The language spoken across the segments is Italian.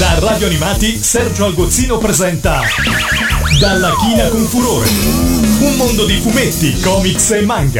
Da Radio Animati, Sergio Algozzino presenta Dalla china con furore, un mondo di fumetti, comics e manga.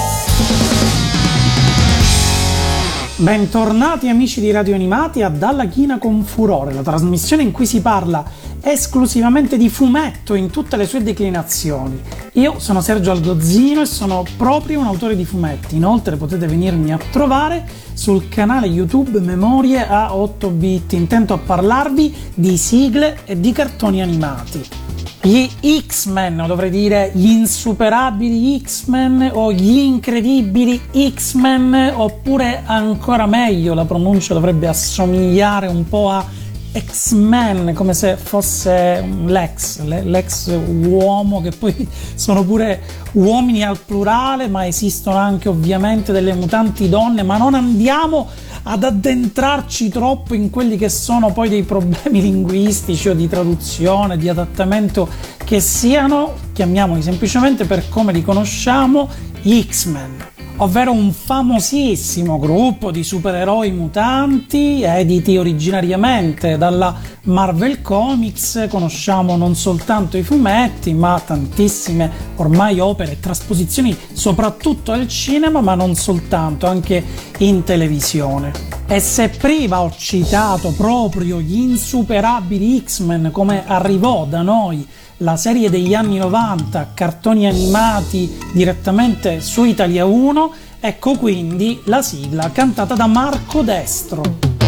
Bentornati amici di Radio Animati a Dalla china con furore, la trasmissione in cui si parla esclusivamente di fumetto in tutte le sue declinazioni. Io sono Sergio Algozzino e sono proprio un autore di fumetti. Inoltre potete venirmi a trovare sul canale YouTube Memorie a 8 bit, intento a parlarvi di sigle e di cartoni animati. Gli X-Men, o dovrei dire gli insuperabili X-Men o gli incredibili X-Men, oppure ancora meglio la pronuncia dovrebbe assomigliare un po' a X-Men, come se fosse l'ex uomo, che poi sono pure uomini al plurale, ma esistono anche ovviamente delle mutanti donne, ma non andiamo ad addentrarci troppo in quelli che sono poi dei problemi linguistici o di traduzione, di adattamento che siano, chiamiamoli semplicemente per come li conosciamo, X-Men, ovvero un famosissimo gruppo di supereroi mutanti editi originariamente dalla Marvel Comics. Conosciamo non soltanto i fumetti, ma tantissime ormai opere e trasposizioni, soprattutto al cinema, ma non soltanto, anche in televisione. E se prima ho citato proprio gli insuperabili X-Men, come arrivò da noi la serie degli anni 90, cartoni animati direttamente su Italia 1, ecco quindi la sigla cantata da Marco Destro.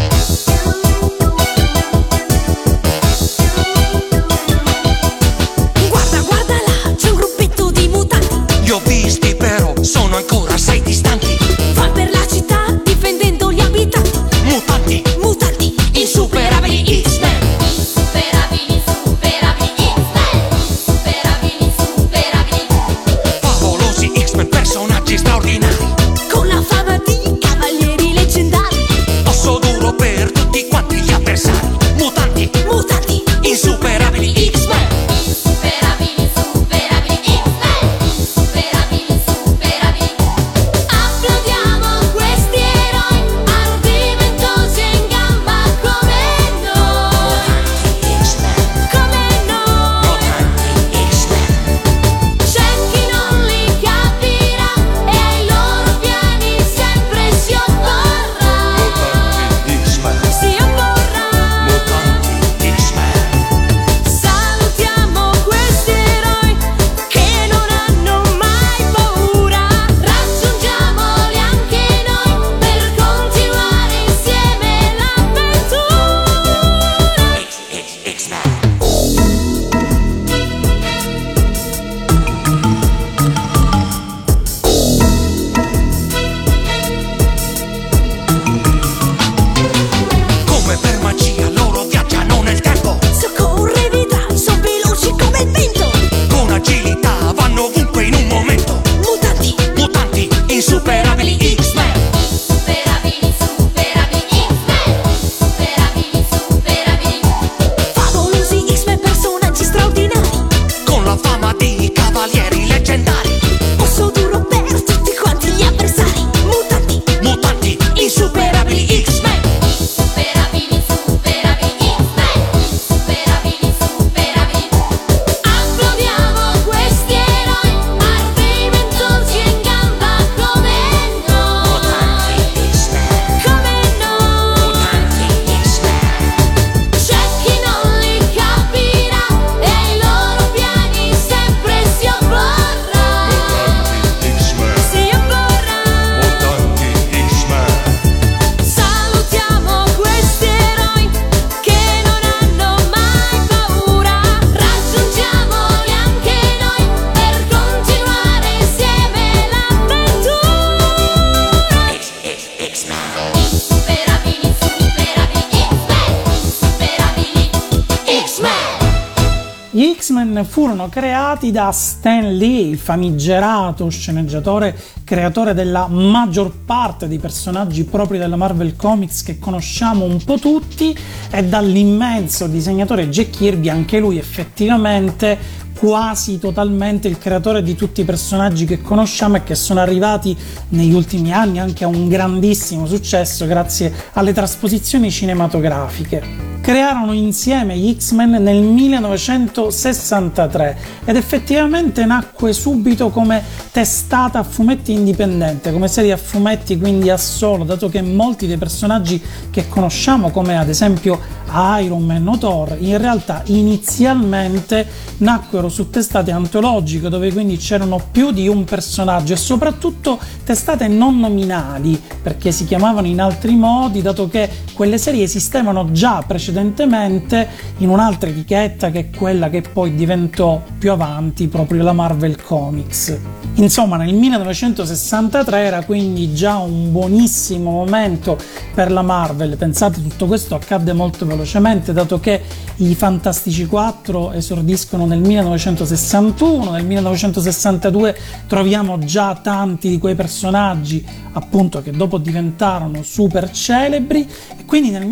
Guarda, guarda là, c'è un gruppetto di mutanti. Li ho visti però, sono ancora assai distanti. Van per la città difendendo gli abitanti. Mutanti, Mutanti, insuperabili X-Men. favolosi X-Men, personaggi straordinari. Con la fama di cavalieri leggendari. Osso duro per tutti quanti gli avversari. Mutanti, Mutanti, insuperabili X-Men. applaudiamo questi eroi ardimentosi e in gamba come noi. Mutanti X-Men. C'è chi non li capirà e ai loro piani sempre si opporrà. Si opporrà. Mutanti X-Men. Salutiamo questi eroi che non hanno mai paura. Raggiungiamoli anche noi per continuare insieme l'avventura. X-Men. Come per magia loro viaggiano nel tempo. Soccorre vita, sono veloci come il vento. Con agilità vanno ovunque in un momento. Mutanti, Mutanti, insuperabili X-Men. favolosi X-Men, personaggi straordinari. Con la fama di cavalieri leggendari. Osso duro per tutti quanti gli avversari. Mutanti, Mutanti, insuperabili X-Men. applaudiamo questi eroi ardimentosi e in gamba come noi. X-Men. Come noi. X-Men. C'è chi non li capirà e ai loro piani sempre si opporrà. Si opporrà. Salutiamo questi eroi che non hanno mai paura. Raggiungiamoli anche noi per continuare insieme l'avventura. Insuperabili X-Men. Gli X-Men furono creati da Stan Lee, il famigerato sceneggiatore, creatore della maggior parte dei personaggi propri della Marvel Comics che conosciamo un po' tutti, e dall'immenso disegnatore Jack Kirby, anche lui effettivamente quasi totalmente il creatore di tutti i personaggi che conosciamo e che sono arrivati negli ultimi anni anche a un grandissimo successo grazie alle trasposizioni cinematografiche. crearono insieme gli X-Men nel 1963 ed effettivamente nacque subito come testata a fumetti indipendente, come serie a fumetti quindi a solo, dato che molti dei personaggi che conosciamo, come ad esempio Iron Man o Thor, in realtà inizialmente nacquero su testate antologiche, dove quindi c'erano più di un personaggio e soprattutto testate non nominali, perché si chiamavano in altri modi, dato che quelle serie esistevano già precedentemente in un'altra etichetta, che è quella che poi diventò più avanti proprio la Marvel Comics. Insomma, nel 1963 era quindi già un buonissimo momento per la Marvel. Pensate, tutto questo accadde molto velocemente, dato che i Fantastici 4 esordiscono nel 1961, nel 1962 troviamo già tanti di quei personaggi appunto che dopo diventarono super celebri, e quindi nel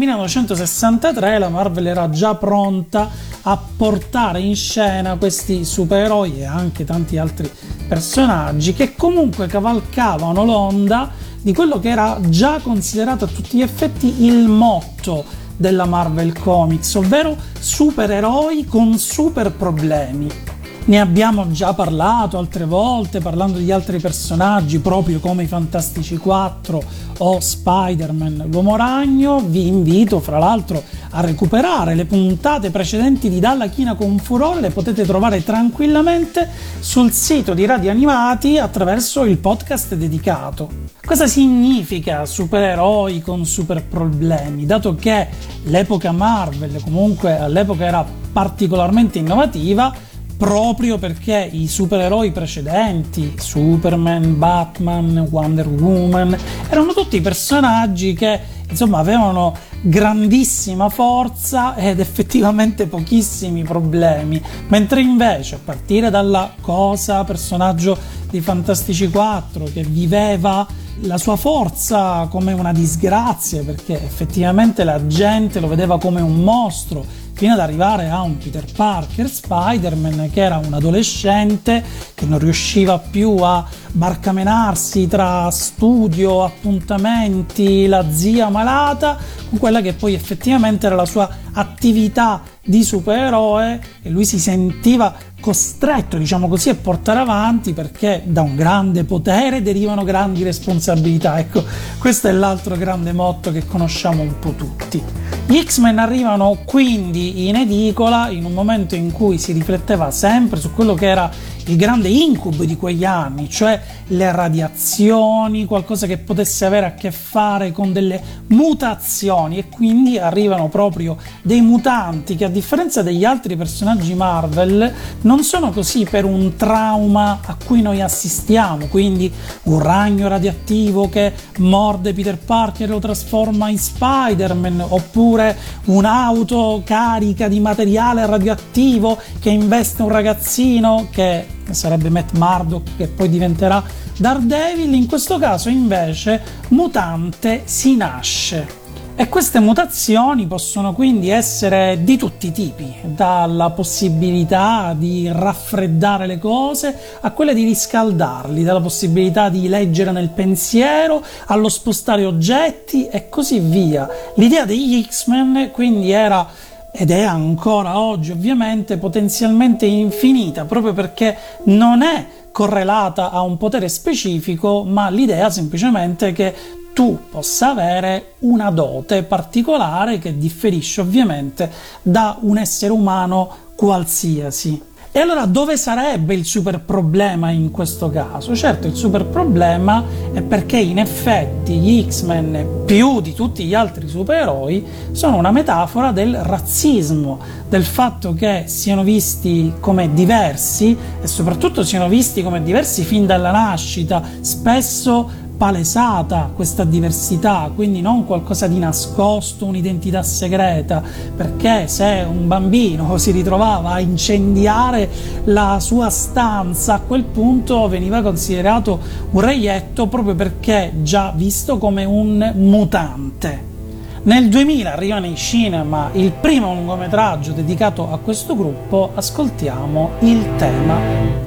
1963 la Marvel era già pronta a portare in scena questi supereroi e anche tanti altri personaggi che comunque cavalcavano l'onda di quello che era già considerato a tutti gli effetti il motto della Marvel Comics, ovvero supereroi con super problemi. Ne abbiamo già parlato altre volte, parlando di altri personaggi proprio come i Fantastici 4 o Spider-Man l'Uomo Ragno. Vi invito fra l'altro a recuperare le puntate precedenti di Dalla China con Furore, le potete trovare tranquillamente sul sito di Radio Animati attraverso il podcast dedicato. Cosa significa supereroi con super problemi? Dato che l'epoca Marvel comunque all'epoca era particolarmente innovativa, proprio perché i supereroi precedenti, Superman, Batman, Wonder Woman, erano tutti personaggi che insomma avevano grandissima forza ed effettivamente pochissimi problemi, mentre invece a partire dalla personaggio di Fantastici 4 che viveva la sua forza come una disgrazia, perché effettivamente la gente lo vedeva come un mostro, fino ad arrivare a un Peter Parker, Spider-Man, che era un adolescente che non riusciva più a barcamenarsi tra studio, appuntamenti, la zia malata, con quella che poi effettivamente era la sua attività di supereroe, e lui si sentiva costretto, diciamo così, a portare avanti, perché da un grande potere derivano grandi responsabilità. Ecco, questo è l'altro grande motto che conosciamo un po' tutti. Gli X-Men arrivano quindi in edicola in un momento in cui si rifletteva sempre su quello che era il grande incubo di quegli anni, cioè le radiazioni, qualcosa che potesse avere a che fare con delle mutazioni, e quindi arrivano proprio dei mutanti che, a differenza degli altri personaggi Marvel, non sono così per un trauma a cui noi assistiamo, quindi un ragno radioattivo che morde Peter Parker e lo trasforma in Spider-Man, oppure un'auto carica di materiale radioattivo che investe un ragazzino che sarebbe Matt Murdock, che poi diventerà Daredevil. In questo caso invece mutante si nasce, e queste mutazioni possono quindi essere di tutti i tipi, dalla possibilità di raffreddare le cose a quelle di riscaldarli, dalla possibilità di leggere nel pensiero allo spostare oggetti e così via. L'idea degli X-Men quindi era, ed è ancora oggi ovviamente, potenzialmente infinita, proprio perché non è correlata a un potere specifico, ma l'idea semplicemente che tu possa avere una dote particolare che differisce ovviamente da un essere umano qualsiasi. E allora dove sarebbe il super problema in questo caso? Certo, il super problema è perché in effetti gli X-Men, più di tutti gli altri supereroi, sono una metafora del razzismo, del fatto che siano visti come diversi e soprattutto siano visti come diversi fin dalla nascita, spesso palesata questa diversità, quindi non qualcosa di nascosto, un'identità segreta, perché se un bambino si ritrovava a incendiare la sua stanza, a quel punto veniva considerato un reietto, proprio perché già visto come un mutante. Nel 2000 arriva nei cinema il primo lungometraggio dedicato a questo gruppo. Ascoltiamo il tema.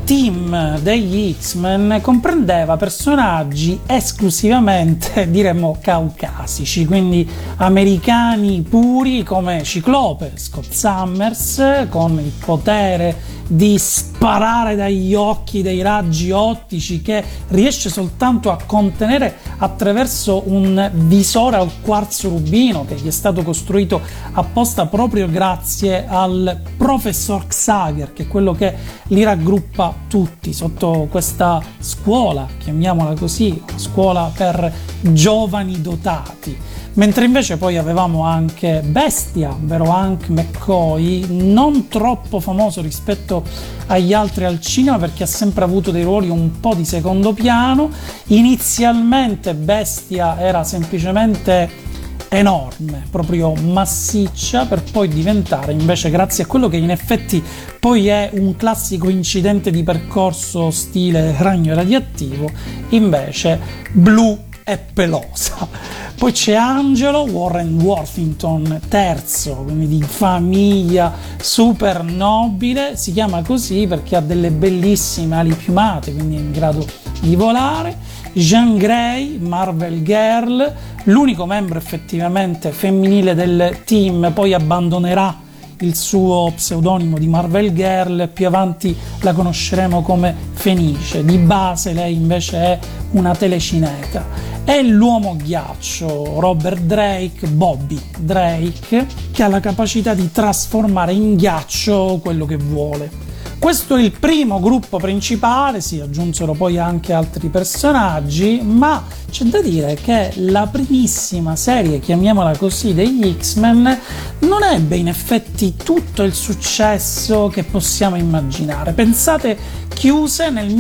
team degli X-Men comprendeva personaggi esclusivamente, diremmo, caucasici, quindi americani puri come Ciclope, Scott Summers, con il potere di sparare dagli occhi dei raggi ottici che riesce soltanto a contenere attraverso un visore al quarzo rubino che gli è stato costruito apposta proprio grazie al professor Xavier, che è quello che li raggruppa tutti sotto questa scuola, chiamiamola così, scuola per giovani dotati. Mentre invece poi avevamo anche Bestia, ovvero Hank McCoy, non troppo famoso rispetto agli altri al cinema perché ha sempre avuto dei ruoli un po' di secondo piano. Inizialmente Bestia era semplicemente enorme, proprio massiccia, per poi diventare invece, grazie a quello che in effetti poi è un classico incidente di percorso stile ragno radioattivo, invece blu e pelosa. Poi c'è Angelo, Warren Worthington terzo, quindi di famiglia super nobile, si chiama così perché ha delle bellissime ali piumate, quindi è in grado di volare. Jean Grey, Marvel Girl, l'unico membro effettivamente femminile del team, poi abbandonerà il suo pseudonimo di Marvel Girl, più avanti la conosceremo come Fenice, di base lei invece è una telecineta. E l'uomo ghiaccio, Robert Drake, Bobby Drake, che ha la capacità di trasformare in ghiaccio quello che vuole. Questo è il primo gruppo principale, si aggiunsero poi anche altri personaggi, ma c'è da dire che la primissima serie, chiamiamola così, degli X-Men non ebbe in effetti tutto il successo che possiamo immaginare. Pensate, chiuse nel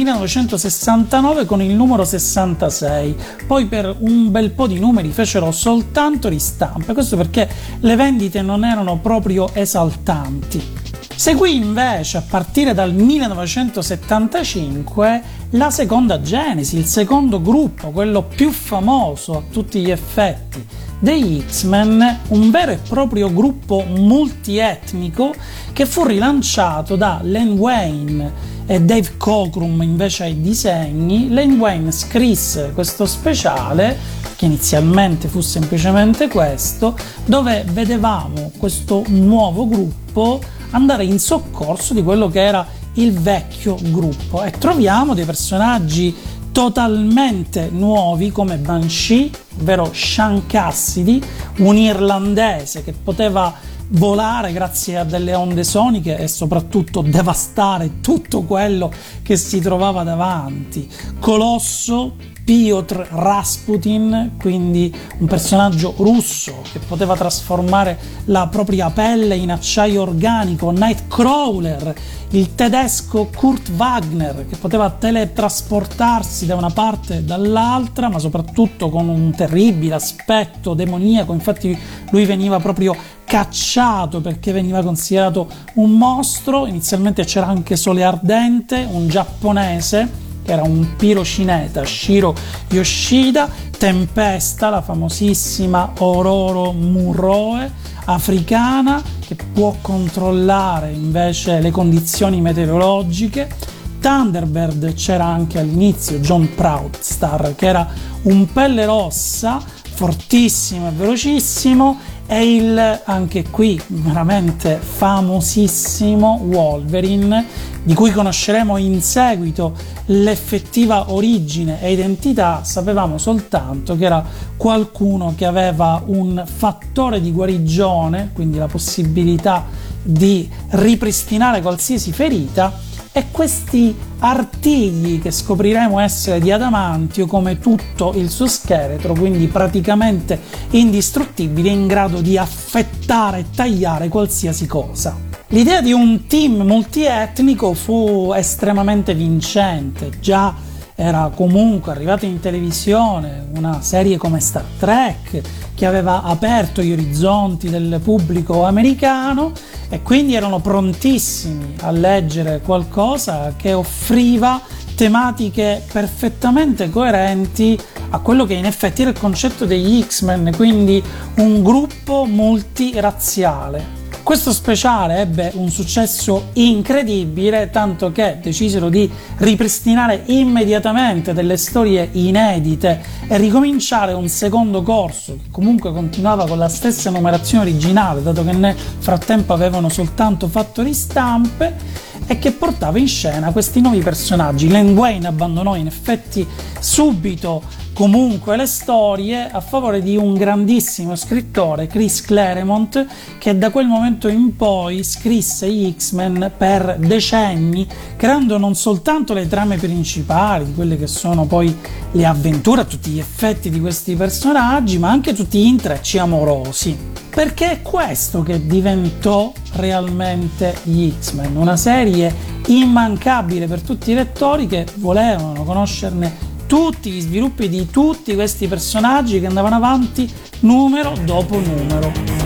1969 con il numero 66, poi per un bel po' di numeri fecero soltanto ristampe, questo perché le vendite non erano proprio esaltanti. Seguì invece a partire dal 1975 la seconda genesi, il secondo gruppo, quello più famoso a tutti gli effetti degli X-Men, un vero e proprio gruppo multietnico che fu rilanciato da Len Wein e Dave Cockrum invece ai disegni. Len Wein scrisse questo speciale, che inizialmente fu semplicemente questo, dove vedevamo questo nuovo gruppo andare in soccorso di quello che era il vecchio gruppo, e troviamo dei personaggi totalmente nuovi come Banshee, ovvero Sean Cassidy, un irlandese che poteva volare grazie a delle onde soniche e soprattutto devastare tutto quello che si trovava davanti. Colosso, Piotr Rasputin, quindi un personaggio russo che poteva trasformare la propria pelle in acciaio organico. Nightcrawler, il tedesco Kurt Wagner, che poteva teletrasportarsi da una parte e dall'altra, ma soprattutto con un terribile aspetto demoniaco. Infatti lui veniva proprio cacciato perché veniva considerato un mostro. Inizialmente c'era anche Sole Ardente, un giapponese che era un pirocineta, Shiro Yoshida. Tempesta, la famosissima Ororo Munroe, africana, che può controllare invece le condizioni meteorologiche. Thunderbird c'era anche all'inizio, John Proudstar, che era un pelle rossa, fortissimo e velocissimo, e il, anche qui veramente famosissimo, Wolverine, di cui conosceremo in seguito l'effettiva origine e identità. Sapevamo soltanto che era qualcuno che aveva un fattore di guarigione, quindi la possibilità di ripristinare qualsiasi ferita, e questi artigli che scopriremo essere di adamantio come tutto il suo scheletro, quindi praticamente indistruttibile, in grado di affettare e tagliare qualsiasi cosa. L'idea di un team multietnico fu estremamente vincente, già era comunque arrivata in televisione una serie come Star Trek che aveva aperto gli orizzonti del pubblico americano, e quindi erano prontissimi a leggere qualcosa che offriva tematiche perfettamente coerenti a quello che in effetti era il concetto degli X-Men, quindi un gruppo multirazziale. Questo speciale ebbe un successo incredibile, tanto che decisero di ripristinare immediatamente delle storie inedite e ricominciare un secondo corso, che comunque continuava con la stessa numerazione originale, dato che nel frattempo avevano soltanto fatto ristampe, e che portava in scena questi nuovi personaggi. Len Wein abbandonò in effetti subito comunque le storie a favore di un grandissimo scrittore, Chris Claremont, che da quel momento in poi scrisse gli X-Men per decenni, creando non soltanto le trame principali, di quelle che sono poi le avventure a tutti gli effetti di questi personaggi, ma anche tutti gli intrecci amorosi. Perché è questo che diventò realmente gli X-Men, una serie immancabile per tutti i lettori che volevano conoscerne tutti gli sviluppi di tutti questi personaggi che andavano avanti numero dopo numero.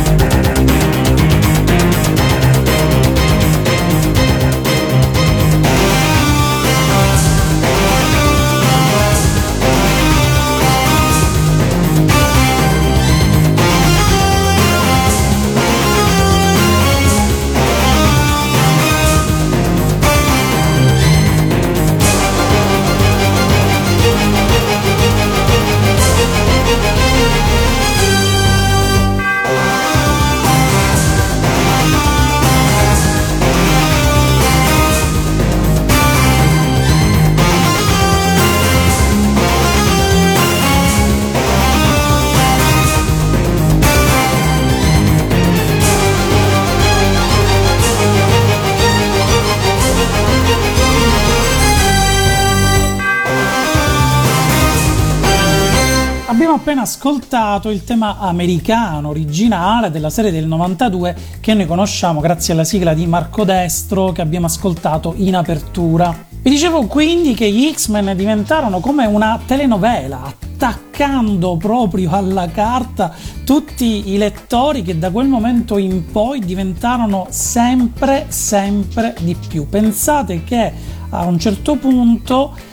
Abbiamo appena ascoltato il tema americano originale della serie del 92 che noi conosciamo grazie alla sigla di Marco Destro che abbiamo ascoltato in apertura. Vi dicevo quindi che gli X-Men diventarono come una telenovela, attaccando proprio alla carta tutti i lettori che da quel momento in poi diventarono sempre di più. Pensate che a un certo punto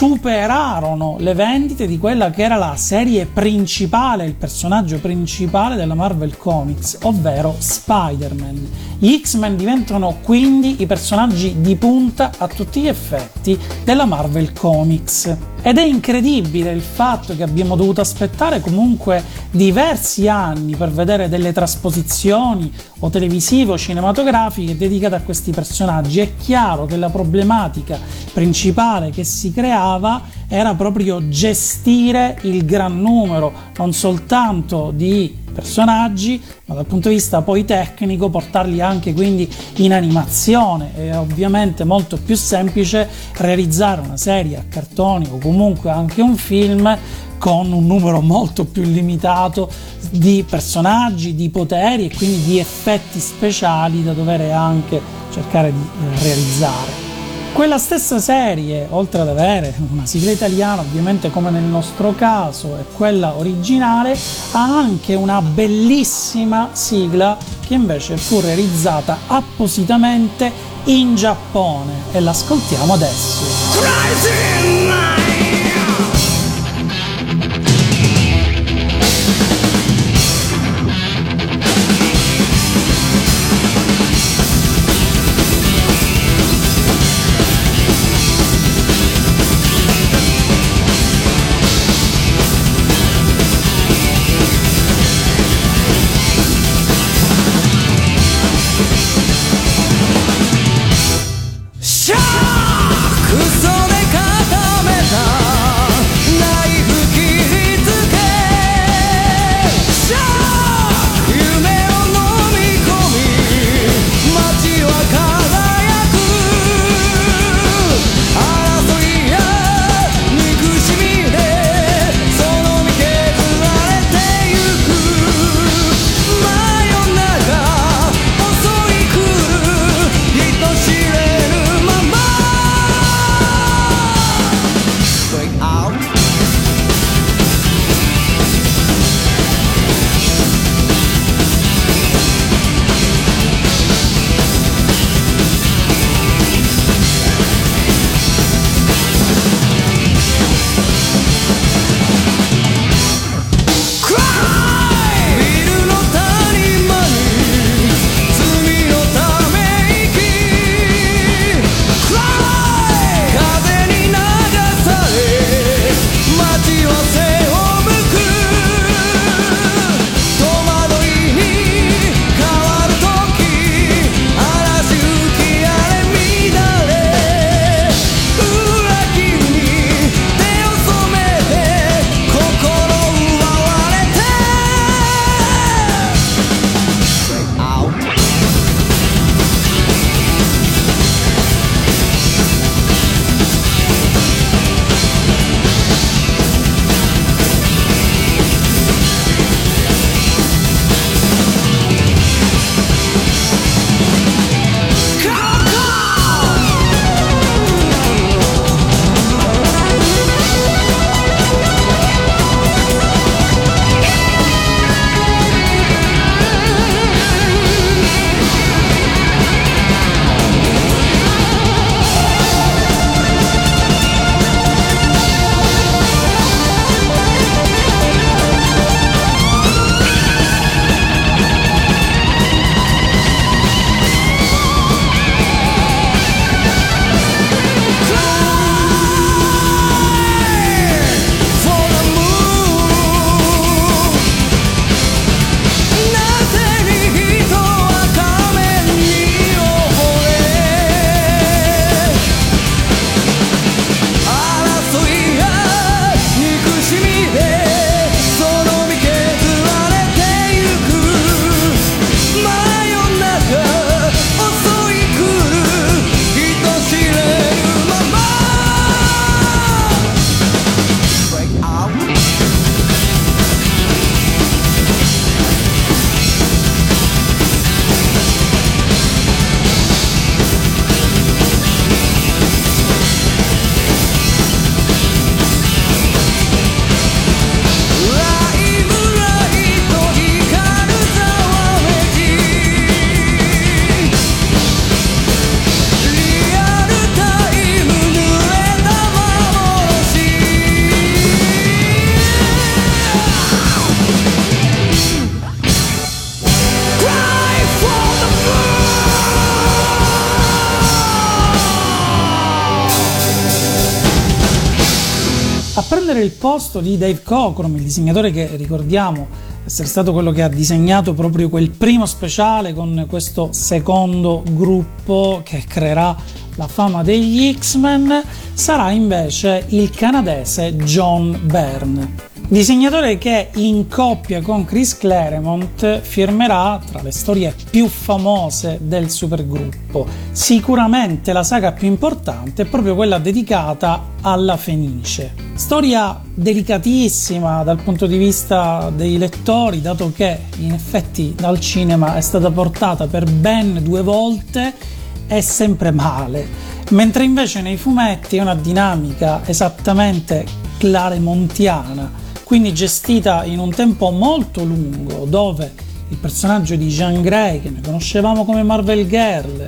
superarono le vendite di quella che era la serie principale, il personaggio principale della Marvel Comics, ovvero Spider-Man. Gli X-Men diventano quindi i personaggi di punta a tutti gli effetti della Marvel Comics. Ed è incredibile il fatto che abbiamo dovuto aspettare comunque diversi anni per vedere delle trasposizioni o televisive o cinematografiche dedicate a questi personaggi. È chiaro che la problematica principale che si creava era proprio gestire il gran numero, non soltanto di personaggi, ma dal punto di vista poi tecnico portarli anche quindi in animazione. È ovviamente molto più semplice realizzare una serie a cartoni o comunque anche un film con un numero molto più limitato di personaggi, di poteri e quindi di effetti speciali da dover anche cercare di realizzare. Quella stessa serie, oltre ad avere una sigla italiana, ovviamente come nel nostro caso è quella originale, ha anche una bellissima sigla che invece fu realizzata appositamente in Giappone e l'ascoltiamo adesso. A prendere il posto di Dave Cockrum, il disegnatore che ricordiamo essere stato quello che ha disegnato proprio quel primo speciale con questo secondo gruppo che creerà la fama degli X-Men, sarà invece il canadese John Byrne, disegnatore che in coppia con Chris Claremont firmerà tra le storie più famose del supergruppo. Sicuramente la saga più importante è proprio quella dedicata alla Fenice. Storia delicatissima dal punto di vista dei lettori, dato che in effetti dal cinema è stata portata per ben 2 volte e sempre male, mentre invece nei fumetti è una dinamica esattamente claremontiana, quindi gestita in un tempo molto lungo, dove il personaggio di Jean Grey, che ne conoscevamo come Marvel Girl,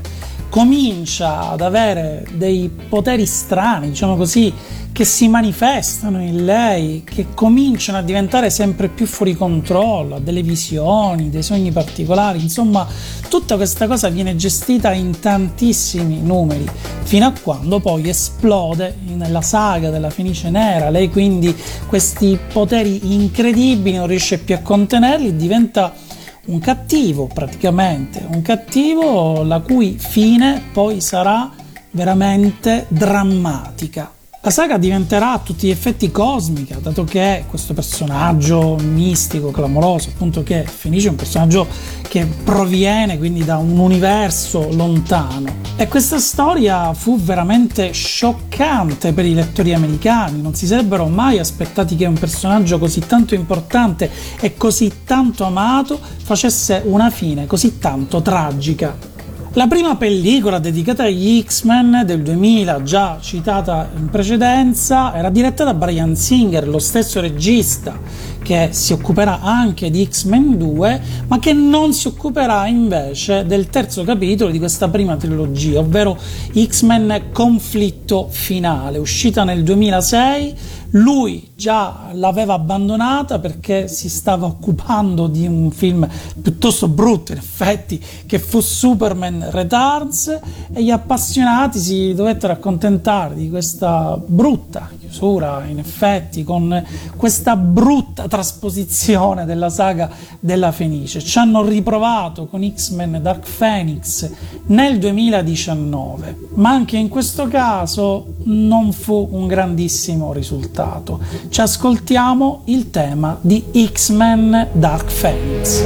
comincia ad avere dei poteri strani, diciamo così, che si manifestano in lei, che cominciano a diventare sempre più fuori controllo, ha delle visioni, dei sogni particolari, insomma tutta questa cosa viene gestita in tantissimi numeri, fino a quando poi esplode nella saga della Fenice Nera. Lei quindi questi poteri incredibili non riesce più a contenerli, diventa un cattivo, praticamente un cattivo la cui fine poi sarà veramente drammatica. La saga diventerà a tutti gli effetti cosmica, dato che questo personaggio mistico, clamoroso, appunto, che Fenice è un personaggio che proviene quindi da un universo lontano. E questa storia fu veramente scioccante per i lettori americani, non si sarebbero mai aspettati che un personaggio così tanto importante e così tanto amato facesse una fine così tanto tragica. La prima pellicola dedicata agli X-Men del 2000, già citata in precedenza, era diretta da Bryan Singer, lo stesso regista che si occuperà anche di X-Men 2, ma che non si occuperà invece del terzo capitolo di questa prima trilogia, ovvero X-Men Conflitto Finale, uscita nel 2006. Lui già l'aveva abbandonata perché si stava occupando di un film piuttosto brutto, in effetti, che fu Superman Returns, e gli appassionati si dovettero accontentare di questa brutta chiusura, in effetti, con questa brutta trasposizione della saga della Fenice. Ci hanno riprovato con X-Men Dark Phoenix nel 2019, ma anche in questo caso non fu un grandissimo risultato. Ci ascoltiamo il tema di X-Men Dark Phoenix.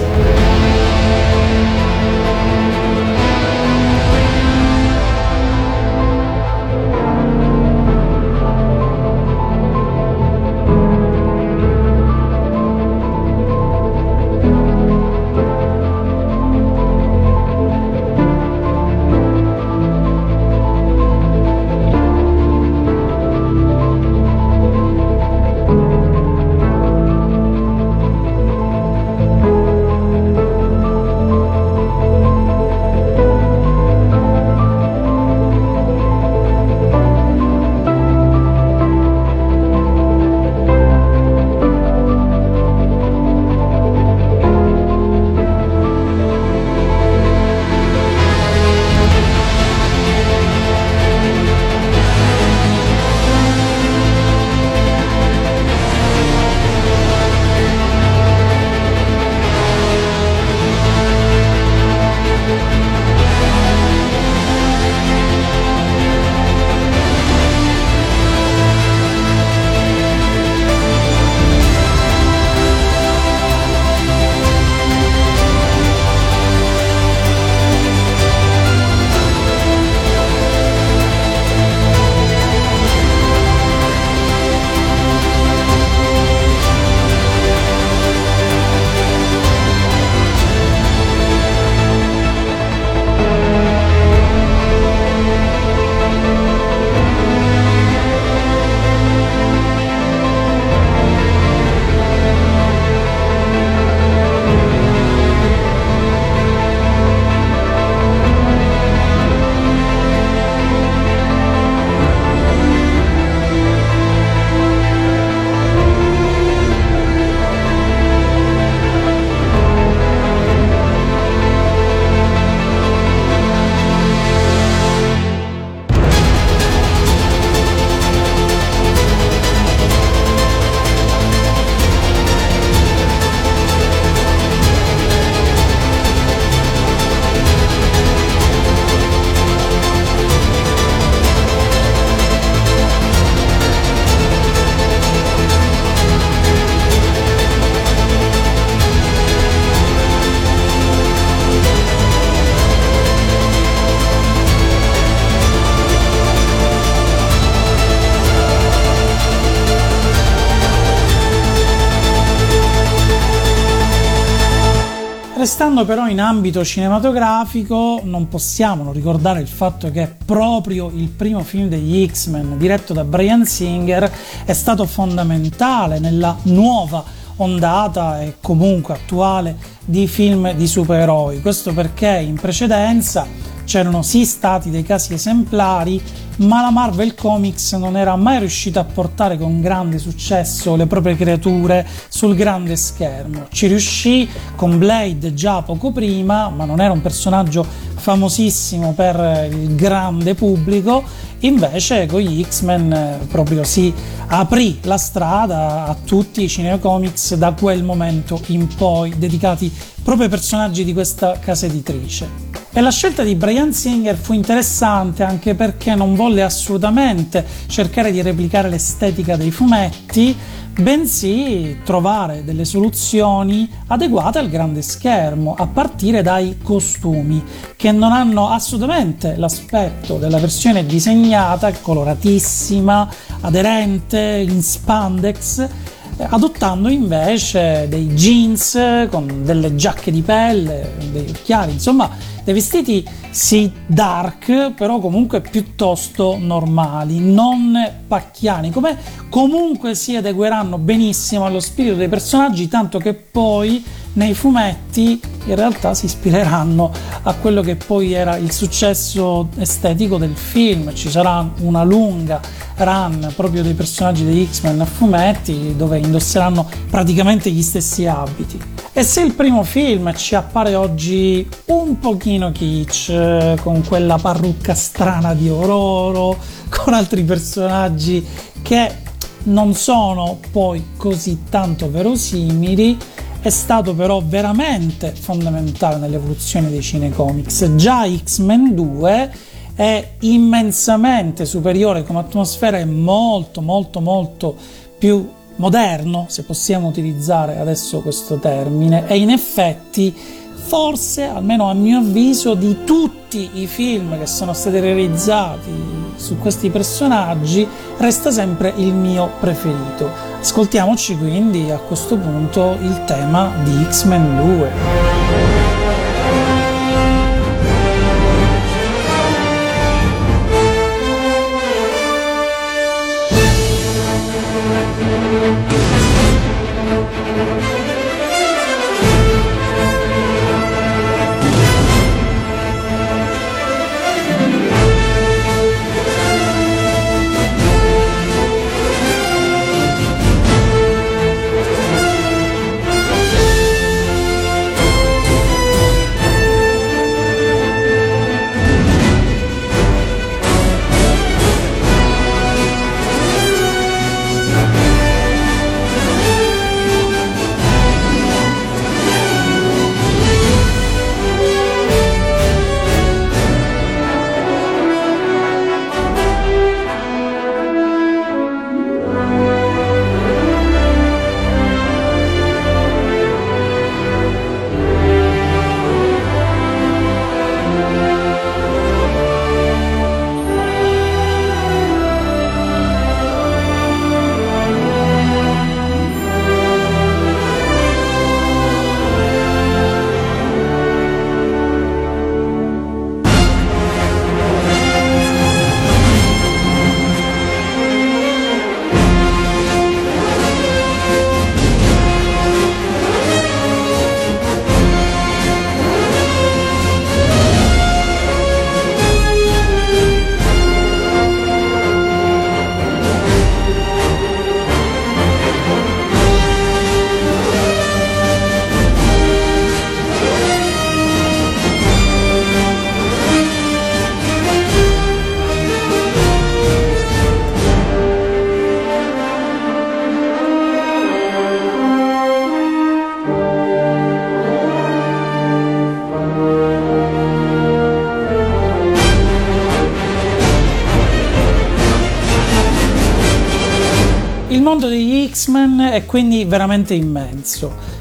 Restando però in ambito cinematografico, non possiamo non ricordare il fatto che proprio il primo film degli X-Men, diretto da Bryan Singer, è stato fondamentale nella nuova ondata e comunque attuale di film di supereroi. Questo perché in precedenza c'erano sì stati dei casi esemplari, ma la Marvel Comics non era mai riuscita a portare con grande successo le proprie creature sul grande schermo. Ci riuscì con Blade già poco prima, ma non era un personaggio famosissimo per il grande pubblico. Invece con gli X-Men proprio si aprì la strada a tutti i cinecomics da quel momento in poi, dedicati proprio ai personaggi di questa casa editrice. E la scelta di Bryan Singer fu interessante anche perché non volle assolutamente cercare di replicare l'estetica dei fumetti, bensì trovare delle soluzioni adeguate al grande schermo, a partire dai costumi, che non hanno assolutamente l'aspetto della versione disegnata, coloratissima, aderente, in spandex, adottando invece dei jeans con delle giacche di pelle, dei occhiali, insomma dei vestiti sì dark, però comunque piuttosto normali, non pacchiani, come comunque si adegueranno benissimo allo spirito dei personaggi, tanto che poi nei fumetti in realtà si ispireranno a quello che poi era il successo estetico del film. Ci sarà una lunga run proprio dei personaggi degli X-Men a fumetti dove indosseranno praticamente gli stessi abiti. E se il primo film ci appare oggi un pochino kitsch, con quella parrucca strana di Ororo, con altri personaggi che non sono poi così tanto verosimili, è stato però veramente fondamentale nell'evoluzione dei cinecomics. Già X-Men 2 è immensamente superiore come atmosfera, è molto più moderno, se possiamo utilizzare adesso questo termine, e in effetti forse, almeno a mio avviso, di tutti i film che sono stati realizzati su questi personaggi resta sempre il mio preferito. Ascoltiamoci quindi a questo punto il tema di X-Men 2. Il mondo degli X-Men è quindi veramente immenso.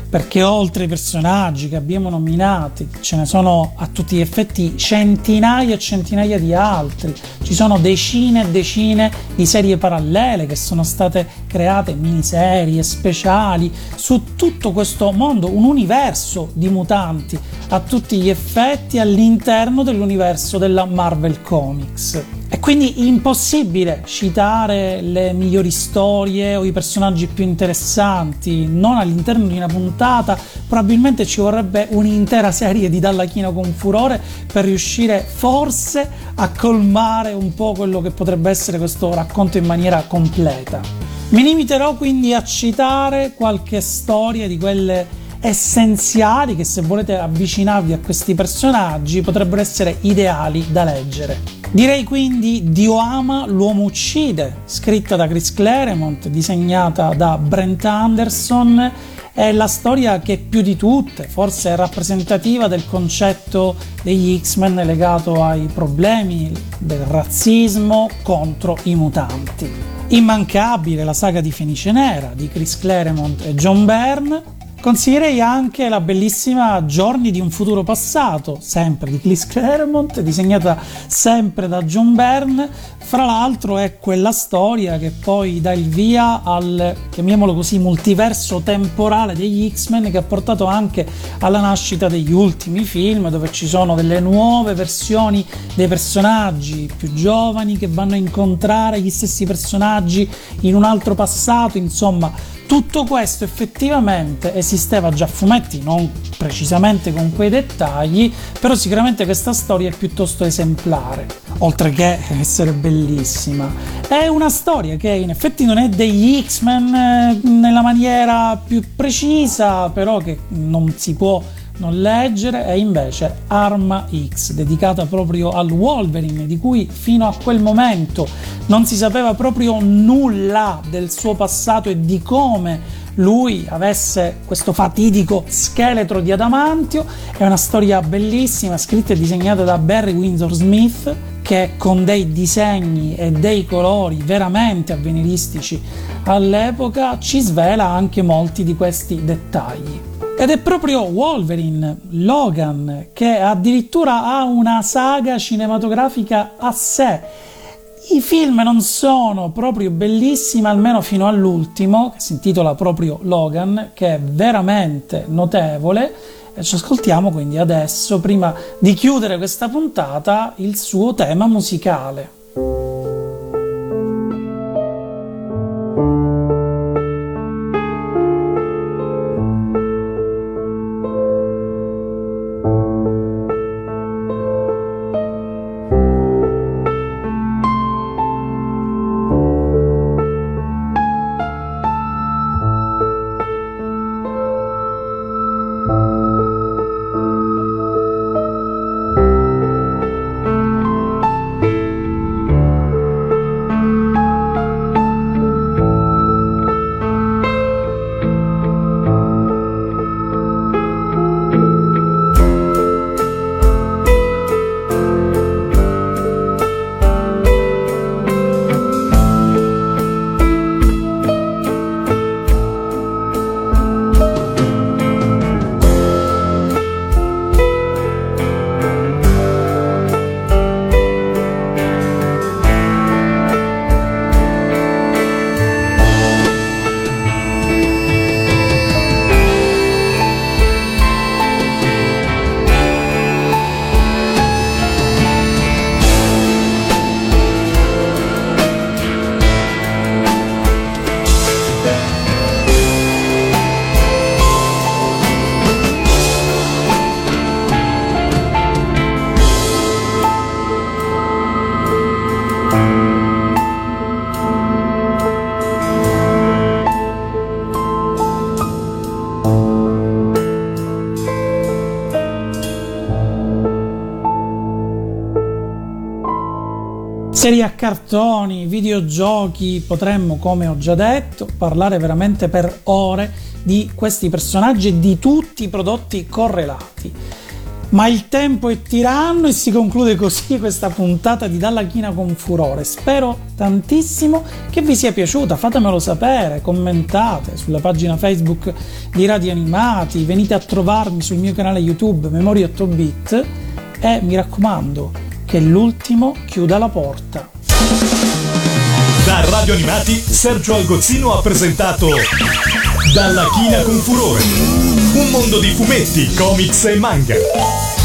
perché oltre ai personaggi che abbiamo nominati ce ne sono a tutti gli effetti centinaia e centinaia di altri, ci sono decine e decine di serie parallele che sono state create, miniserie speciali su tutto questo mondo, un universo di mutanti a tutti gli effetti all'interno dell'universo della Marvel Comics. È quindi impossibile citare le migliori storie o i personaggi più interessanti non all'interno di una puntata. Probabilmente ci vorrebbe un'intera serie di Dalla China con Furore per riuscire forse a colmare un po' quello che potrebbe essere questo racconto in maniera completa. Mi limiterò quindi a citare qualche storia di quelle essenziali che, se volete avvicinarvi a questi personaggi, potrebbero essere ideali da leggere. Direi quindi Dio ama, l'uomo uccide, scritta da Chris Claremont, disegnata da Brent Anderson. È la storia che più di tutte forse è rappresentativa del concetto degli X-Men legato ai problemi del razzismo contro i mutanti. Immancabile la saga di Fenice Nera di Chris Claremont e John Byrne. Consiglierei anche la bellissima Giorni di un futuro passato, sempre di Chris Claremont, disegnata sempre da John Byrne. Fra l'altro è quella storia che poi dà il via al, chiamiamolo così, multiverso temporale degli X-Men, che ha portato anche alla nascita degli ultimi film, dove ci sono delle nuove versioni dei personaggi più giovani che vanno a incontrare gli stessi personaggi in un altro passato. Insomma, tutto questo effettivamente esisteva già a fumetti, non precisamente con quei dettagli, però sicuramente questa storia è piuttosto esemplare, oltre che essere bellissima. È una storia che in effetti non è degli X-Men nella maniera più precisa, però che non si può non leggere, è invece Arma X, dedicata proprio al Wolverine, di cui fino a quel momento non si sapeva proprio nulla del suo passato e di come lui avesse questo fatidico scheletro di adamantio. È una storia bellissima, scritta e disegnata da Barry Windsor Smith, che con dei disegni e dei colori veramente avveniristici all'epoca ci svela anche molti di questi dettagli. Ed è proprio Wolverine, Logan, che addirittura ha una saga cinematografica a sé. I film non sono proprio bellissimi, almeno fino all'ultimo, che si intitola proprio Logan, che è veramente notevole. E ci ascoltiamo quindi adesso, prima di chiudere questa puntata, il suo tema musicale. Serie a cartoni, videogiochi, potremmo, come ho già detto, parlare veramente per ore di questi personaggi e di tutti i prodotti correlati. Ma il tempo è tiranno e si conclude così questa puntata di Dalla China con Furore. Spero tantissimo che vi sia piaciuta, fatemelo sapere, commentate sulla pagina Facebook di Radio Animati, venite a trovarmi sul mio canale YouTube Memoria 8 bit e mi raccomando che l'ultimo chiuda la porta. Da Radio Animati Sergio Algozzino ha presentato Dalla China con Furore, un mondo di fumetti, comics e manga.